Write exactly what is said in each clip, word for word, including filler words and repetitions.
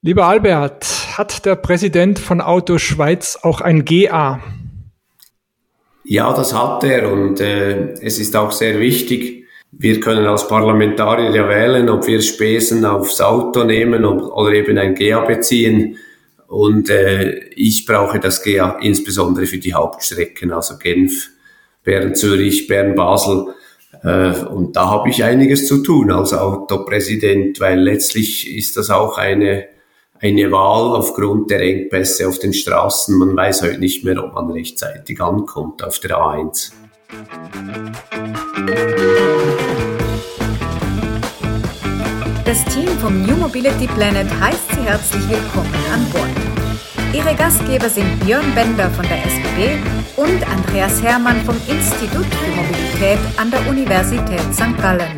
Lieber Albert, hat der Präsident von Auto Schweiz auch ein G A? Ja, das hat er und äh, es ist auch sehr wichtig. Wir können als Parlamentarier ja wählen, ob wir Spesen aufs Auto nehmen oder eben ein G A beziehen. Und äh, ich brauche das G A insbesondere für die Hauptstrecken, also Genf, Bern, Zürich, Bern, Basel. Äh, und da habe ich einiges zu tun als Autopräsident, weil letztlich ist das auch eine eine Wahl aufgrund der Engpässe auf den Straßen. Man weiß heute nicht mehr, ob man rechtzeitig ankommt auf der A eins. Das Team vom New Mobility Planet heißt Sie herzlich willkommen an Bord. Ihre Gastgeber sind Björn Bender von der S B B und Andreas Hermann vom Institut für Mobilität an der Universität Sankt Gallen.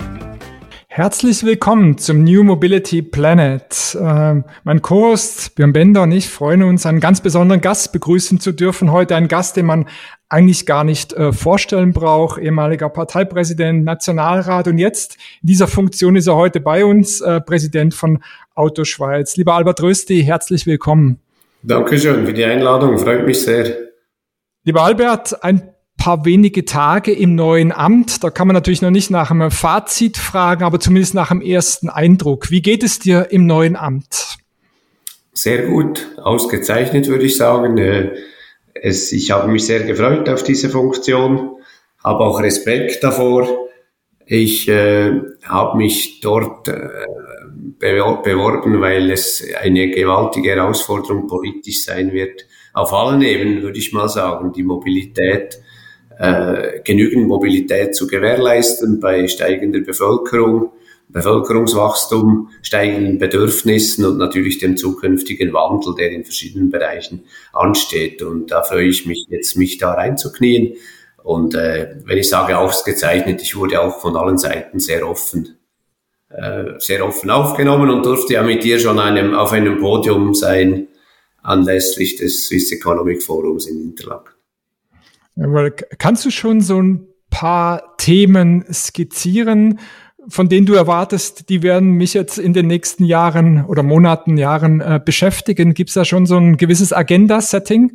Herzlich willkommen zum New Mobility Planet. Äh, mein Co-Host Björn Bender und ich freuen uns, einen ganz besonderen Gast begrüßen zu dürfen. Heute einen Gast, den man eigentlich gar nicht äh, vorstellen braucht. Ehemaliger Parteipräsident, Nationalrat und jetzt in dieser Funktion ist er heute bei uns, äh, Präsident von Auto Schweiz. Lieber Albert Rösti, herzlich willkommen. Dankeschön für die Einladung, freut mich sehr. Lieber Albert, ein paar wenige Tage im neuen Amt. Da kann man natürlich noch nicht nach einem Fazit fragen, aber zumindest nach dem ersten Eindruck. Wie geht es dir im neuen Amt? Sehr gut, ausgezeichnet würde ich sagen. Es, ich habe mich sehr gefreut auf diese Funktion, habe auch Respekt davor. Ich äh, habe mich dort äh, beworben, weil es eine gewaltige Herausforderung politisch sein wird. Auf allen Ebenen würde ich mal sagen, die Mobilität Äh, genügend Mobilität zu gewährleisten bei steigender Bevölkerung, Bevölkerungswachstum, steigenden Bedürfnissen und natürlich dem zukünftigen Wandel, der in verschiedenen Bereichen ansteht. Und da freue ich mich jetzt, mich da reinzuknien. Und äh, wenn ich sage ausgezeichnet, ich wurde auch von allen Seiten sehr offen, äh, sehr offen aufgenommen und durfte ja mit dir schon einem, auf einem Podium sein anlässlich des Swiss Economic Forums in Interlaken. Kannst du schon so ein paar Themen skizzieren, von denen du erwartest, die werden mich jetzt in den nächsten Jahren oder Monaten, Jahren äh, beschäftigen? Gibt es da schon so ein gewisses Agenda-Setting?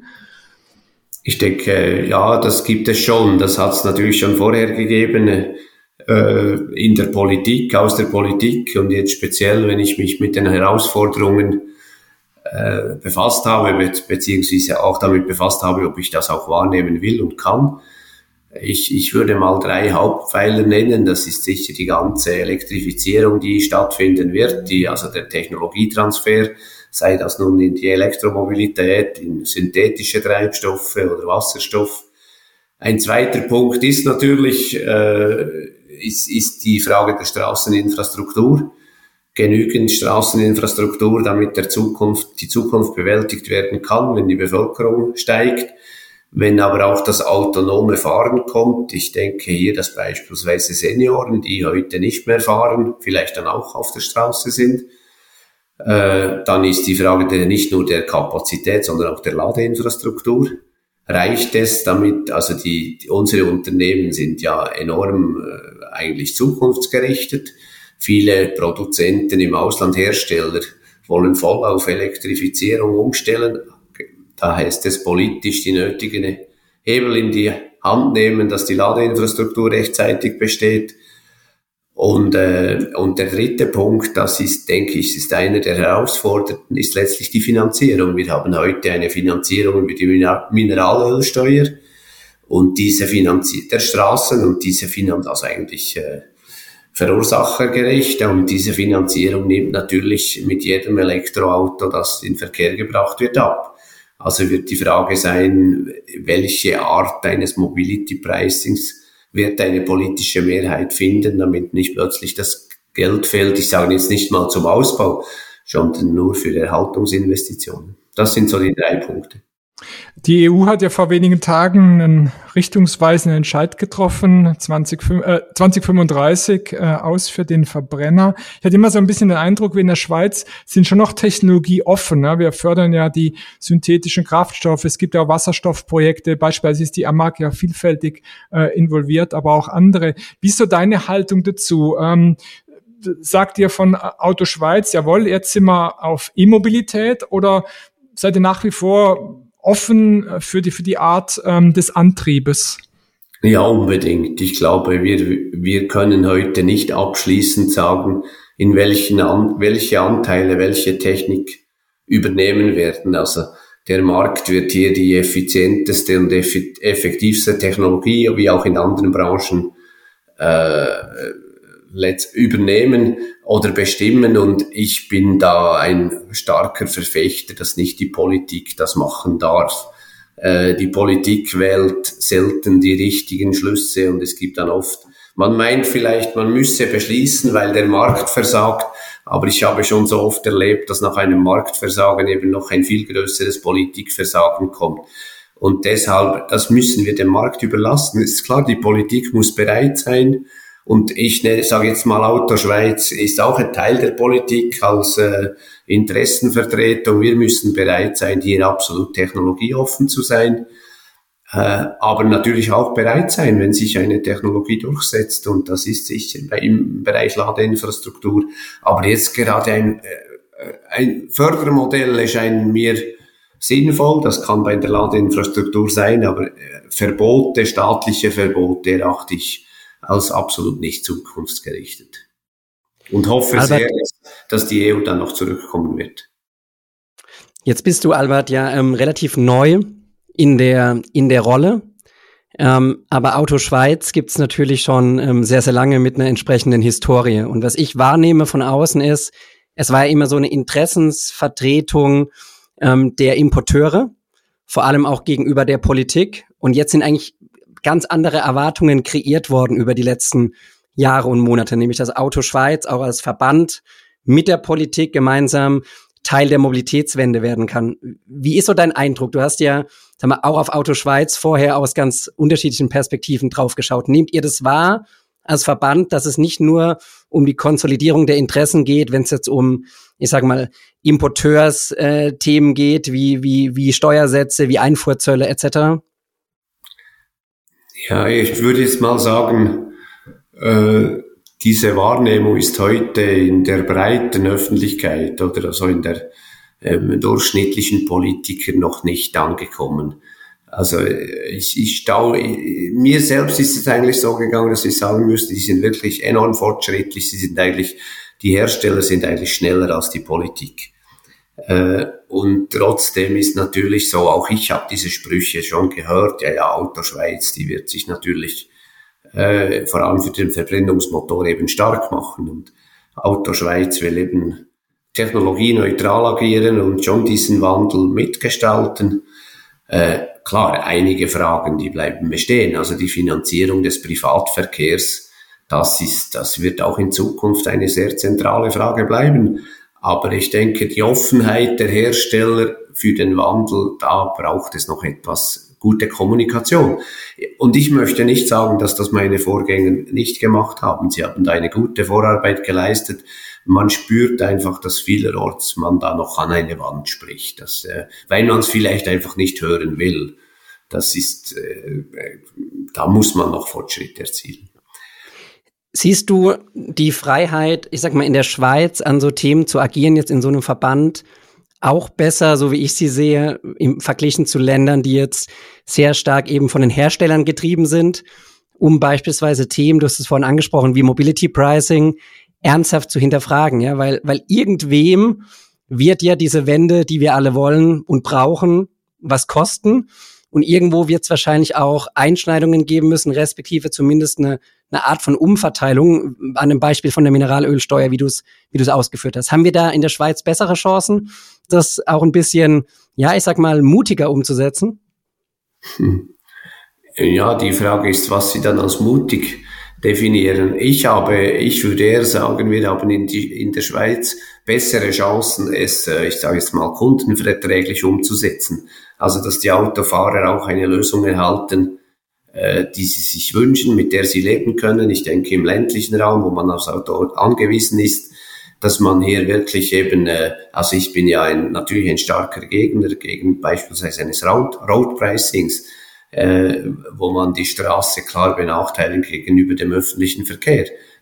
Ich denke, ja, das gibt es schon. Das hat es natürlich schon vorher gegeben äh, in der Politik, aus der Politik und jetzt speziell, wenn ich mich mit den Herausforderungen befasst habe, beziehungsweise auch damit befasst habe, ob ich das auch wahrnehmen will und kann. Ich, ich würde mal drei Hauptpfeiler nennen. Das ist sicher die ganze Elektrifizierung, die stattfinden wird, die, also der Technologietransfer, sei das nun in die Elektromobilität, in synthetische Treibstoffe oder Wasserstoff. Ein zweiter Punkt ist natürlich, äh, ist, ist die Frage der Straßeninfrastruktur. Genügend Straßeninfrastruktur, damit der Zukunft, die Zukunft bewältigt werden kann, wenn die Bevölkerung steigt, wenn aber auch das autonome Fahren kommt. Ich denke hier, dass beispielsweise Senioren, die heute nicht mehr fahren, vielleicht dann auch auf der Straße sind. Äh, dann ist die Frage der, nicht nur der Kapazität, sondern auch der Ladeinfrastruktur. Reicht es damit, also die, die unsere Unternehmen sind ja enorm äh, eigentlich zukunftsgerichtet. Viele Produzenten im Ausland, Hersteller, wollen voll auf Elektrifizierung umstellen. Da heißt es politisch die nötigen Hebel in die Hand nehmen, dass die Ladeinfrastruktur rechtzeitig besteht. Und, äh, und der dritte Punkt, das ist, denke ich, ist einer der herausfordernden, ist letztlich die Finanzierung. Wir haben heute eine Finanzierung über die Mineralölsteuer und diese Finanzierung der Straßen und diese Finanzierung, also eigentlich äh, verursachergerecht, und diese Finanzierung nimmt natürlich mit jedem Elektroauto, das in Verkehr gebracht wird, ab. Also wird die Frage sein, welche Art eines Mobility Pricings wird eine politische Mehrheit finden, damit nicht plötzlich das Geld fehlt, ich sage jetzt nicht mal zum Ausbau, sondern nur für Erhaltungsinvestitionen. Das sind so die drei Punkte. Die E U hat ja vor wenigen Tagen einen richtungsweisenden Entscheid getroffen, zwanzig fünfunddreißig äh, aus für den Verbrenner. Ich hatte immer so ein bisschen den Eindruck, wir in der Schweiz sind schon noch technologieoffen. Ne? Wir fördern ja die synthetischen Kraftstoffe. Es gibt ja auch Wasserstoffprojekte. Beispielsweise ist die A M A G ja vielfältig äh, involviert, aber auch andere. Wie ist so deine Haltung dazu? Ähm, sagt ihr von Auto Schweiz, jawohl, jetzt sind wir auf E-Mobilität, oder seid ihr nach wie vor offen für die, für die Art ähm, des Antriebes? Ja, unbedingt. Ich glaube, wir, wir können heute nicht abschließend sagen, in welchen An- welche Anteile, welche Technik übernehmen werden. Also der Markt wird hier die effizienteste und eff- effektivste Technologie, wie auch in anderen Branchen, äh, übernehmen oder bestimmen, und ich bin da ein starker Verfechter, dass nicht die Politik das machen darf. Äh, die Politik wählt selten die richtigen Schlüsse, und es gibt dann oft, man meint vielleicht, man müsse beschließen, weil der Markt versagt, aber ich habe schon so oft erlebt, dass nach einem Marktversagen eben noch ein viel größeres Politikversagen kommt. Und deshalb, das müssen wir dem Markt überlassen. Es ist klar, die Politik muss bereit sein. Und ich ne, sage jetzt mal, Auto Schweiz ist auch ein Teil der Politik als äh, Interessenvertretung. Wir müssen bereit sein, hier absolut technologieoffen zu sein, äh, aber natürlich auch bereit sein, wenn sich eine Technologie durchsetzt. Und das ist sicher bei, im Bereich Ladeinfrastruktur. Aber jetzt gerade ein, äh, ein Fördermodell erscheint mir sinnvoll. Das kann bei der Ladeinfrastruktur sein, aber äh, Verbote, staatliche Verbote erachte ich als absolut nicht zukunftsgerichtet. Und hoffe Albert, sehr, dass die E U dann noch zurückkommen wird. Jetzt bist du, Albert, ja ähm, relativ neu in der in der Rolle. Ähm, aber Auto Schweiz gibt's natürlich schon ähm, sehr, sehr lange mit einer entsprechenden Historie. Und was ich wahrnehme von außen ist, es war ja immer so eine Interessensvertretung ähm, der Importeure, vor allem auch gegenüber der Politik. Und jetzt sind eigentlich ganz andere Erwartungen kreiert worden über die letzten Jahre und Monate, nämlich dass Auto Schweiz auch als Verband mit der Politik gemeinsam Teil der Mobilitätswende werden kann. Wie ist so dein Eindruck? Du hast ja, sag mal, auch auf Auto Schweiz vorher aus ganz unterschiedlichen Perspektiven draufgeschaut. Nehmt ihr das wahr als Verband, dass es nicht nur um die Konsolidierung der Interessen geht, wenn es jetzt um, ich sage mal, Importeursthemen äh, geht, wie wie wie Steuersätze, wie Einfuhrzölle et cetera? Ja, ich würde jetzt mal sagen, äh, diese Wahrnehmung ist heute in der breiten Öffentlichkeit oder also in der ähm, durchschnittlichen Politiker noch nicht angekommen. Also ich, ich staue, mir selbst ist es eigentlich so gegangen, dass ich sagen müsste, die sind wirklich enorm fortschrittlich, sie sind eigentlich, die Hersteller sind eigentlich schneller als die Politik. Äh, und trotzdem ist natürlich so, auch ich habe diese Sprüche schon gehört, ja, ja, Auto Schweiz, die wird sich natürlich äh, vor allem für den Verbrennungsmotor eben stark machen, und Auto Schweiz will eben technologieneutral agieren und schon diesen Wandel mitgestalten. Äh, klar, einige Fragen, die bleiben bestehen, also die Finanzierung des Privatverkehrs, das ist, das wird auch in Zukunft eine sehr zentrale Frage bleiben. Aber ich denke, die Offenheit der Hersteller für den Wandel, da braucht es noch etwas gute Kommunikation. Und ich möchte nicht sagen, dass das meine Vorgänger nicht gemacht haben. Sie haben da eine gute Vorarbeit geleistet. Man spürt einfach, dass vielerorts man da noch an eine Wand spricht, dass, äh, weil man es vielleicht einfach nicht hören will. Das ist, äh, da muss man noch Fortschritte erzielen. Siehst du die Freiheit, ich sag mal, in der Schweiz an so Themen zu agieren, jetzt in so einem Verband, auch besser, so wie ich sie sehe, im Verglichen zu Ländern, die jetzt sehr stark eben von den Herstellern getrieben sind, um beispielsweise Themen, du hast es vorhin angesprochen, wie Mobility Pricing, ernsthaft zu hinterfragen, ja, weil, weil irgendwem wird ja diese Wende, die wir alle wollen und brauchen, was kosten. Und irgendwo wird es wahrscheinlich auch Einschneidungen geben müssen, respektive zumindest eine, eine Art von Umverteilung, an einem Beispiel von der Mineralölsteuer, wie du es wie du es ausgeführt hast. Haben wir da in der Schweiz bessere Chancen, das auch ein bisschen, ja, ich sag mal, mutiger umzusetzen? Hm. Ja, die Frage ist, was Sie dann als mutig definieren. Ich habe, ich würde eher sagen, wir haben in, die, in der Schweiz bessere Chancen, es, ich sage jetzt mal, kundenverträglich umzusetzen. Also, dass die Autofahrer auch eine Lösung erhalten, äh, die sie sich wünschen, mit der sie leben können. Ich denke, im ländlichen Raum, wo man aufs Auto angewiesen ist, dass man hier wirklich eben, äh, also ich bin ja ein, natürlich ein starker Gegner gegen beispielsweise eines Road, Road Pricings, äh, wo man die Straße klar benachteiligt gegenüber dem öffentlichen Verkehr.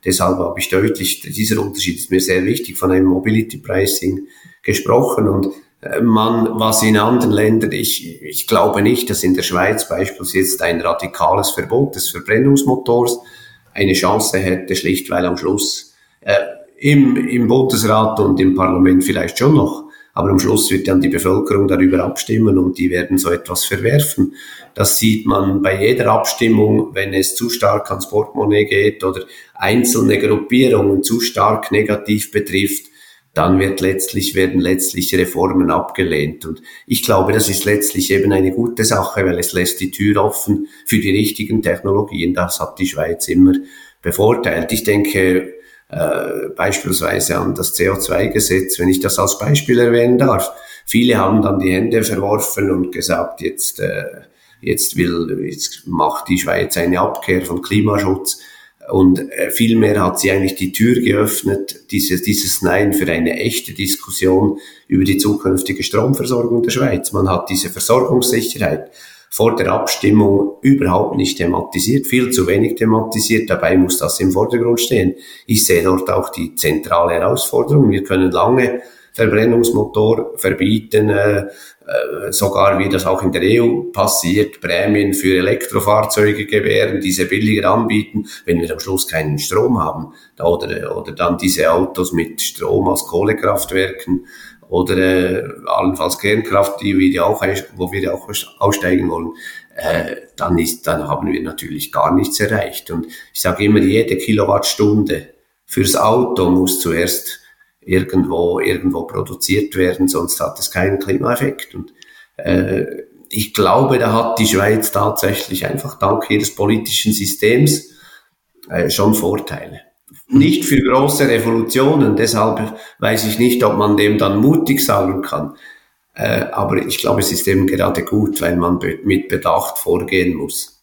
deshalb habe ich deutlich, dieser Unterschied ist mir sehr wichtig, von einem Mobility Pricing gesprochen. Und man, was in anderen Ländern, ich, ich glaube nicht, dass in der Schweiz beispielsweise jetzt ein radikales Verbot des Verbrennungsmotors eine Chance hätte, schlicht weil am Schluss äh, im, im Bundesrat und im Parlament vielleicht schon noch, aber am Schluss wird dann die Bevölkerung darüber abstimmen und die werden so etwas verwerfen. Das sieht man bei jeder Abstimmung, wenn es zu stark ans Portemonnaie geht oder einzelne Gruppierungen zu stark negativ betrifft, dann wird letztlich, werden letztlich Reformen abgelehnt. Und ich glaube, das ist letztlich eben eine gute Sache, weil es lässt die Tür offen für die richtigen Technologien. Das hat die Schweiz immer bevorteilt. Ich denke äh, beispielsweise an das C O zwei Gesetz, wenn ich das als Beispiel erwähnen darf. Viele haben dann die Hände verworfen und gesagt, jetzt, äh, jetzt will, jetzt macht die Schweiz eine Abkehr von Klimaschutz. Und äh, vielmehr hat sie eigentlich die Tür geöffnet, dieses, dieses Nein für eine echte Diskussion über die zukünftige Stromversorgung der Schweiz. Man hat diese Versorgungssicherheit vor der Abstimmung überhaupt nicht thematisiert, viel zu wenig thematisiert. Dabei muss das im Vordergrund stehen. Ich sehe dort auch die zentrale Herausforderung. Wir können lange Verbrennungsmotor verbieten, äh, äh, sogar wie das auch in der E U passiert, Prämien für Elektrofahrzeuge gewähren, diese billiger anbieten, wenn wir am Schluss keinen Strom haben. Oder, oder dann diese Autos mit Strom aus Kohlekraftwerken oder äh, allenfalls Kernkraft, die wir auch, wo wir auch aussteigen wollen. Äh, dann ist, dann haben wir natürlich gar nichts erreicht. Und ich sage immer, jede Kilowattstunde fürs Auto muss zuerst irgendwo irgendwo produziert werden, sonst hat es keinen Klimaeffekt. Und äh, ich glaube, da hat die Schweiz tatsächlich einfach dank ihres politischen Systems äh, schon Vorteile. Nicht für große Revolutionen, deshalb weiß ich nicht, ob man dem dann mutig sagen kann. Äh, aber ich glaube, es ist eben gerade gut, weil man be- mit Bedacht vorgehen muss.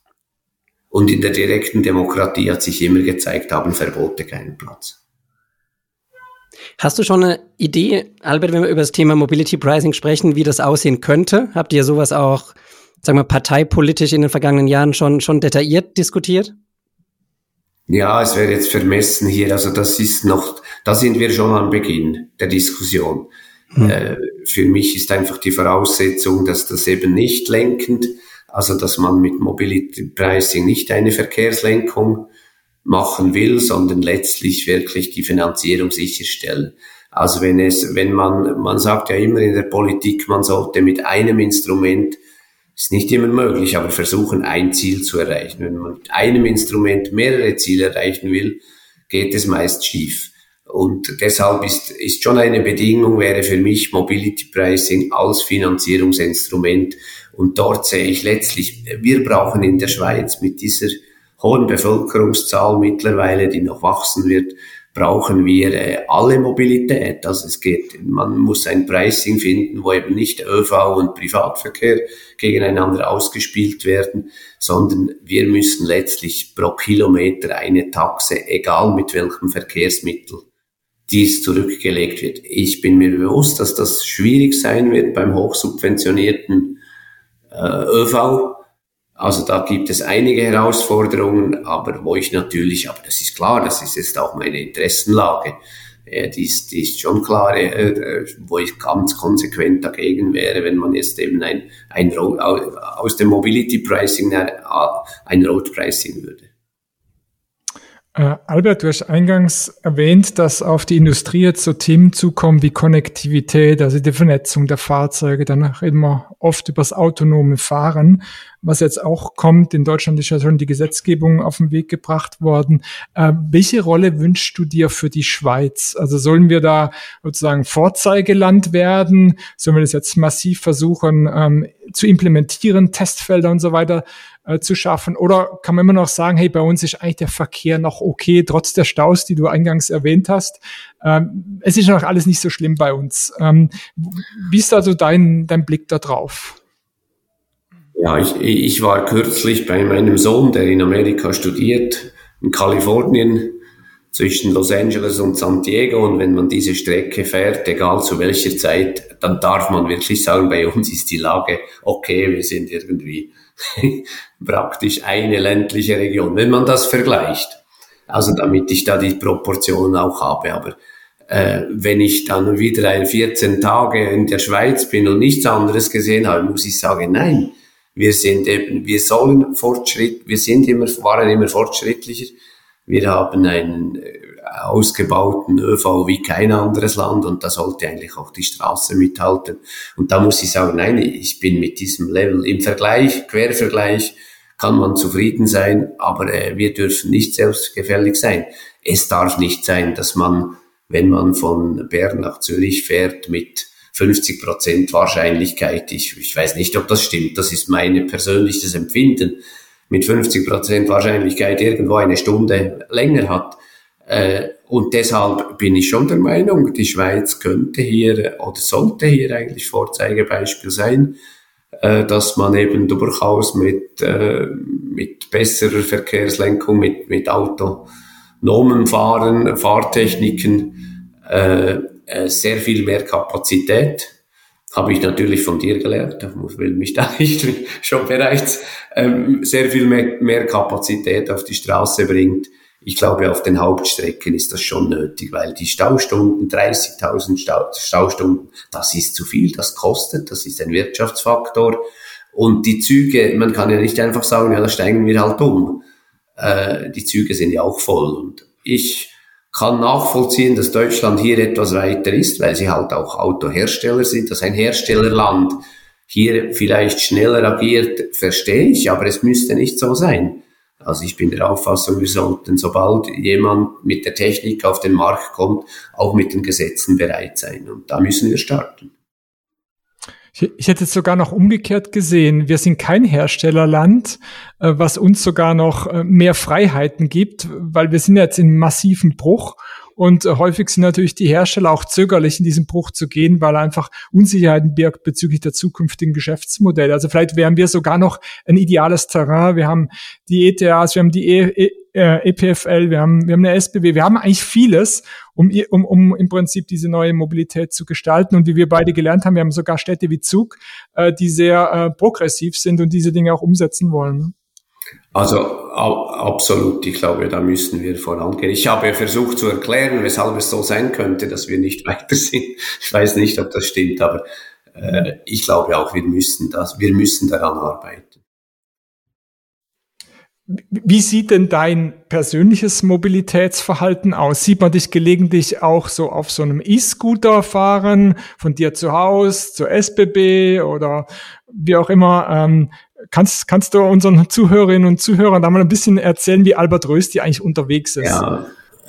Und in der direkten Demokratie hat sich immer gezeigt, haben Verbote keinen Platz. Hast du schon eine Idee, Albert, wenn wir über das Thema Mobility Pricing sprechen, wie das aussehen könnte? Habt ihr sowas auch, sagen wir, parteipolitisch in den vergangenen Jahren schon, schon detailliert diskutiert? Ja, es wäre jetzt vermessen hier, also das ist noch, da sind wir schon am Beginn der Diskussion. Hm. Äh, für mich ist einfach die Voraussetzung, dass das eben nicht lenkend, also dass man mit Mobility Pricing nicht eine Verkehrslenkung machen will, sondern letztlich wirklich die Finanzierung sicherstellen. Also wenn es, wenn man, man sagt ja immer in der Politik, man sollte mit einem Instrument, ist nicht immer möglich, aber versuchen, ein Ziel zu erreichen. Wenn man mit einem Instrument mehrere Ziele erreichen will, geht es meist schief. Und deshalb ist, ist schon eine Bedingung, wäre für mich Mobility Pricing als Finanzierungsinstrument. Und dort sehe ich letztlich, wir brauchen in der Schweiz mit dieser hohen Bevölkerungszahl mittlerweile, die noch wachsen wird, brauchen wir äh, alle Mobilität. Also es geht, man muss ein Pricing finden, wo eben nicht ÖV und Privatverkehr gegeneinander ausgespielt werden, sondern wir müssen letztlich pro Kilometer eine Taxe, egal mit welchem Verkehrsmittel dies zurückgelegt wird. Ich bin mir bewusst, dass das schwierig sein wird beim hochsubventionierten äh, ÖV. Also da gibt es einige Herausforderungen, aber wo ich natürlich, aber das ist klar, das ist jetzt auch meine Interessenlage, äh, die, ist, die ist schon klar, äh, wo ich ganz konsequent dagegen wäre, wenn man jetzt eben ein, ein aus dem Mobility Pricing ein Road Pricing würde. Äh, Albert, du hast eingangs erwähnt, dass auf die Industrie jetzt so Themen zukommen wie Konnektivität, also die Vernetzung der Fahrzeuge, danach immer oft übers autonome Fahren, was jetzt auch kommt. In Deutschland ist ja schon die Gesetzgebung auf den Weg gebracht worden. Äh, welche Rolle wünschst du dir für die Schweiz? Also sollen wir da sozusagen Vorzeigeland werden? Sollen wir das jetzt massiv versuchen ähm, zu implementieren, Testfelder und so weiter äh, zu schaffen? Oder kann man immer noch sagen, hey, bei uns ist eigentlich der Verkehr noch okay, trotz der Staus, die du eingangs erwähnt hast. Ähm, es ist noch alles nicht so schlimm bei uns. Ähm, wie ist also dein, dein Blick da drauf? Ja, ich, ich war kürzlich bei meinem Sohn, der in Amerika studiert, in Kalifornien, zwischen Los Angeles und San Diego. Und wenn man diese Strecke fährt, egal zu welcher Zeit, dann darf man wirklich sagen, bei uns ist die Lage okay, wir sind irgendwie praktisch eine ländliche Region, wenn man das vergleicht. Also damit ich da die Proportion auch habe. Aber äh, wenn ich dann wieder ein vierzehn Tage in der Schweiz bin und nichts anderes gesehen habe, muss ich sagen, nein, wir sind eben, wir sollen Fortschritt, wir sind immer, waren immer fortschrittlicher. Wir haben einen ausgebauten ÖV wie kein anderes Land und da sollte eigentlich auch die Straße mithalten. Und da muss ich sagen, nein, ich bin mit diesem Level im Vergleich, Quervergleich, kann man zufrieden sein, aber äh, wir dürfen nicht selbstgefällig sein. Es darf nicht sein, dass man, wenn man von Bern nach Zürich fährt, mit fünfzig Prozent Wahrscheinlichkeit, ich, ich weiß nicht, ob das stimmt, das ist mein persönliches Empfinden, mit fünfzig Prozent Wahrscheinlichkeit irgendwo eine Stunde länger hat. Äh, und deshalb bin ich schon der Meinung, die Schweiz könnte hier oder sollte hier eigentlich Vorzeigebeispiel sein, äh, dass man eben durchaus mit, äh, mit besserer Verkehrslenkung, mit, mit autonomem Fahren, Fahrtechniken, äh, äh, sehr viel mehr Kapazität, habe ich natürlich von dir gelernt, ich will mich da nicht schon bereits, ähm, sehr viel mehr, mehr Kapazität auf die Straße bringt. Ich glaube, auf den Hauptstrecken ist das schon nötig, weil die Staustunden, dreißigtausend Stau, Staustunden, das ist zu viel, das kostet, das ist ein Wirtschaftsfaktor. Und die Züge, man kann ja nicht einfach sagen, ja, da steigen wir halt um. Äh, die Züge sind ja auch voll. Und ich kann nachvollziehen, dass Deutschland hier etwas weiter ist, weil sie halt auch Autohersteller sind, dass ein Herstellerland hier vielleicht schneller agiert, verstehe ich, aber es müsste nicht so sein. Also ich bin der Auffassung, wir sollten, sobald jemand mit der Technik auf den Markt kommt, auch mit den Gesetzen bereit sein. Und da müssen wir starten. Ich hätte es sogar noch umgekehrt gesehen. Wir sind kein Herstellerland, was uns sogar noch mehr Freiheiten gibt, weil wir sind jetzt in massiven Bruch. Und häufig sind natürlich die Hersteller auch zögerlich, in diesen Bruch zu gehen, weil er einfach Unsicherheiten birgt bezüglich der zukünftigen Geschäftsmodelle. Also vielleicht wären wir sogar noch ein ideales Terrain. Wir haben die E T As, wir haben die e, e, äh, E P F L, wir haben, wir haben eine S B W. Wir haben eigentlich vieles, um, um, um im Prinzip diese neue Mobilität zu gestalten. Und wie wir beide gelernt haben, wir haben sogar Städte wie Zug, äh, die sehr äh, progressiv sind und diese Dinge auch umsetzen wollen. Also absolut, ich glaube, da müssen wir vorangehen. Ich habe versucht zu erklären, weshalb es so sein könnte, dass wir nicht weiter sind. Ich weiß nicht, ob das stimmt, aber äh, ich glaube auch, wir müssen das, wir müssen daran arbeiten. Wie sieht denn dein persönliches Mobilitätsverhalten aus? Sieht man dich gelegentlich auch so auf so einem E-Scooter fahren, von dir zu Hause zur S B B oder wie auch immer? Ähm, Kannst, kannst du unseren Zuhörerinnen und Zuhörern da mal ein bisschen erzählen, wie Albert Rösti eigentlich unterwegs ist? Ja,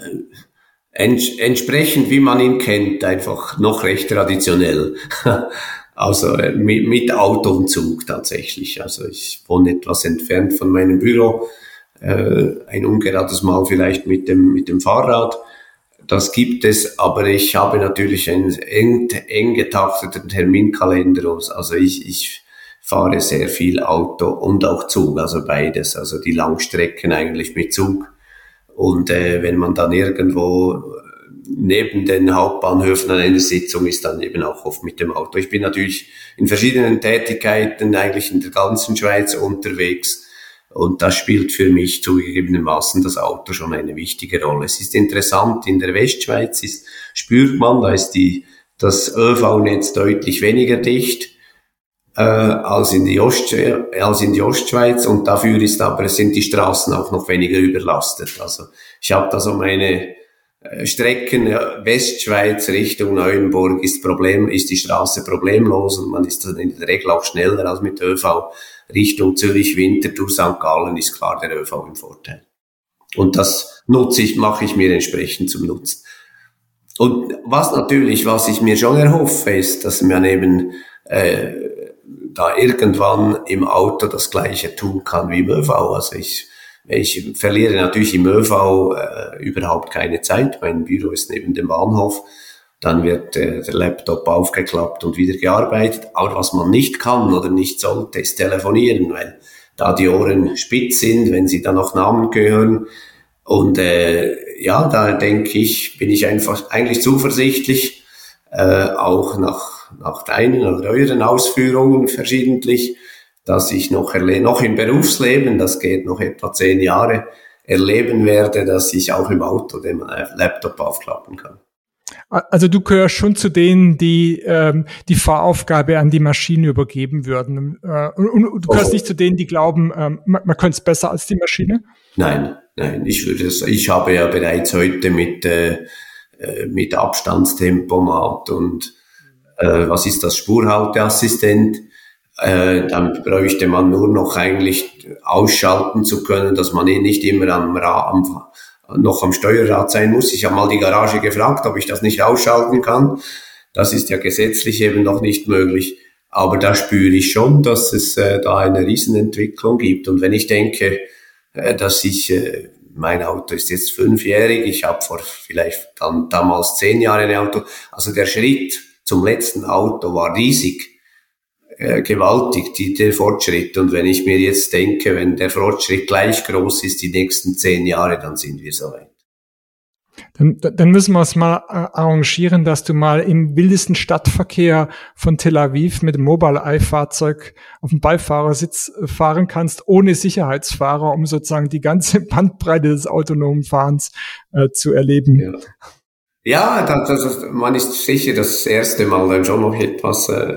ents- entsprechend wie man ihn kennt, einfach noch recht traditionell. Also mit, mit Auto und Zug tatsächlich. Also ich wohne etwas entfernt von meinem Büro, äh, ein ungerades Mal vielleicht mit dem, mit dem Fahrrad. Das gibt es, aber ich habe natürlich einen eng, eng getakteten Terminkalender. Also ich, ich fahre sehr viel Auto und auch Zug, also beides, also die Langstrecken eigentlich mit Zug. Und äh, wenn man dann irgendwo neben den Hauptbahnhöfen an einer Sitzung ist, dann eben auch oft mit dem Auto. Ich bin natürlich in verschiedenen Tätigkeiten eigentlich in der ganzen Schweiz unterwegs und das spielt für mich zugegebenermaßen das Auto schon eine wichtige Rolle. Es ist interessant, in der Westschweiz ist, spürt man, da ist die, das ÖV-Netz deutlich weniger dicht Äh, als in die Ost, als in die Ostschweiz und dafür ist aber sind die Straßen auch noch weniger überlastet. Also ich habe da so meine äh, Strecken ja, Westschweiz Richtung Neuenburg ist Problem ist die Straße problemlos und man ist dann in der Regel auch schneller als mit ÖV. Richtung Zürich, Winterthur, Sankt Gallen ist klar der ÖV im Vorteil. Und das nutze ich, mache ich mir entsprechend zum Nutzen. Und was natürlich, was ich mir schon erhoffe, ist, dass man eben äh, da irgendwann im Auto das Gleiche tun kann wie im ÖV. Also ich, ich verliere natürlich im ÖV äh, überhaupt keine Zeit. Mein Büro ist neben dem Bahnhof. Dann wird äh, der Laptop aufgeklappt und wieder gearbeitet. Aber was man nicht kann oder nicht sollte, ist telefonieren, weil da die Ohren spitz sind, wenn sie dann noch Namen hören. Und äh, ja, da denke ich, bin ich einfach eigentlich zuversichtlich, äh, auch nach nach deinen oder euren Ausführungen verschiedentlich, dass ich noch erle- noch im Berufsleben, das geht noch etwa zehn Jahre, erleben werde, dass ich auch im Auto den Laptop aufklappen kann. Also du gehörst schon zu denen, die ähm, die Fahraufgabe an die Maschine übergeben würden. Äh, und, und du gehörst oh. nicht zu denen, die glauben, ähm, man, man könnte es besser als die Maschine? Nein, nein. Ich würde es. Ich habe ja bereits heute mit äh, mit Abstandstempomat und äh, was ist das, Spurhalteassistent. Äh, dann bräuchte man nur noch eigentlich ausschalten zu können, dass man nicht immer am, am noch am Steuerrad sein muss. Ich habe mal die Garage gefragt, ob ich das nicht ausschalten kann. Das ist ja gesetzlich eben noch nicht möglich. Aber da spüre ich schon, dass es äh, da eine Riesenentwicklung gibt. Und wenn ich denke, äh, dass ich, äh, mein Auto ist jetzt fünfjährig, ich habe vor vielleicht dann damals zehn Jahre ein Auto. Also der Schritt zum letzten Auto war riesig, äh, gewaltig, die, der Fortschritt. Und wenn ich mir jetzt denke, wenn der Fortschritt gleich groß ist die nächsten zehn Jahre, dann sind wir so weit. Dann, dann müssen wir es mal arrangieren, dass du mal im wildesten Stadtverkehr von Tel Aviv mit dem Mobileye-Fahrzeug auf dem Beifahrersitz fahren kannst, ohne Sicherheitsfahrer, um sozusagen die ganze Bandbreite des autonomen Fahrens äh, zu erleben. Ja, ja das, das, man ist sicher das erste Mal dann schon noch etwas äh,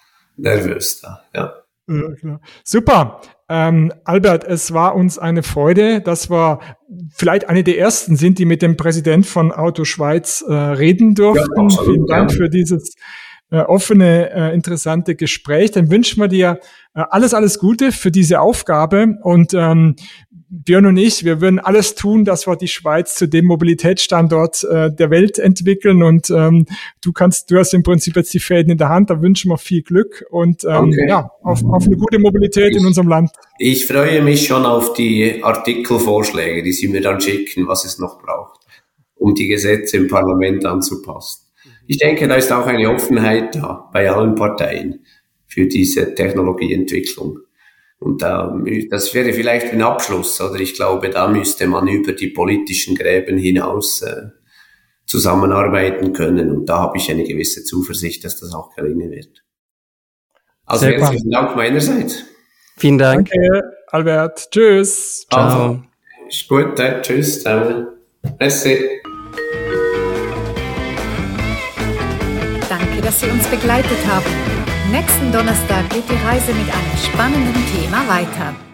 nervös da, ja. Ja, klar. Super. Ähm, Albert, es war uns eine Freude, dass wir vielleicht eine der ersten sind, die mit dem Präsident von Auto Schweiz äh, reden durften. Ja, absolut, Vielen Dank ja. für dieses äh, offene, äh, interessante Gespräch. Dann wünschen wir dir äh, alles, alles Gute für diese Aufgabe. Und ähm, Björn und ich, wir würden alles tun, dass wir die Schweiz zu dem Mobilitätsstandort äh, der Welt entwickeln. Und ähm, du kannst, du hast im Prinzip jetzt die Fäden in der Hand. Da wünschen wir viel Glück und ähm, okay. ja, auf, auf eine gute Mobilität ich, in unserem Land. Ich freue mich schon auf die Artikelvorschläge, die Sie mir dann schicken, was es noch braucht, um die Gesetze im Parlament anzupassen. Ich denke, da ist auch eine Offenheit da bei allen Parteien für diese Technologieentwicklung. Und da, das wäre vielleicht ein Abschluss, oder ich glaube, da müsste man über die politischen Gräben hinaus äh, zusammenarbeiten können. Und da habe ich eine gewisse Zuversicht, dass das auch gelingen wird. Also Sehr herzlichen Dank meinerseits. Vielen Dank. Danke, Albert. Tschüss. Ciao. Also, ist gut, äh, tschüss. Merci. Danke, dass Sie uns begleitet haben. Nächsten Donnerstag geht die Reise mit einem spannenden Thema weiter.